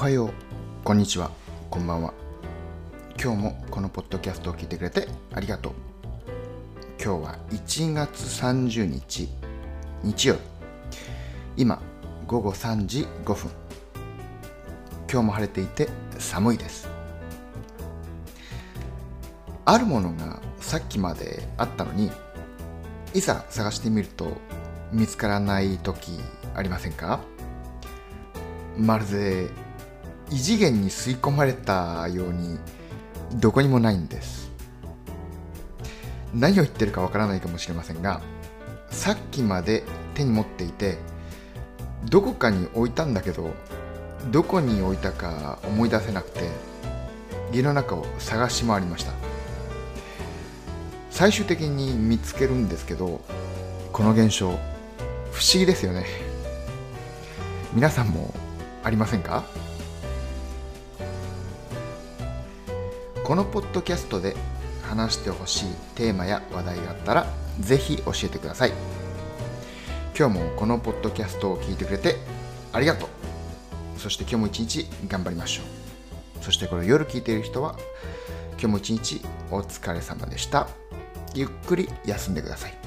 はよう、こんにちは、こんばんは。今日もこのポッドキャストを聞いてくれてありがとう。今日は1月30日日曜日、今午後3時5分。今日も晴れていて寒いです。あるものがさっきまであったのに、いざ探してみると見つからない時ありませんか？まるで異次元に吸い込まれたようにどこにもないんです。何を言ってるかわからないかもしれませんが、さっきまで手に持っていてどこかに置いたんだけど、どこに置いたか思い出せなくて家の中を探し回りました。最終的に見つけるんですけど、この現象不思議ですよね。皆さんもありませんか？このポッドキャストで話してほしいテーマや話題があったらぜひ教えてください。今日もこのポッドキャストを聞いてくれてありがとう。そして今日も一日頑張りましょう。そしてこれ夜聞いている人は今日も一日お疲れ様でした。ゆっくり休んでください。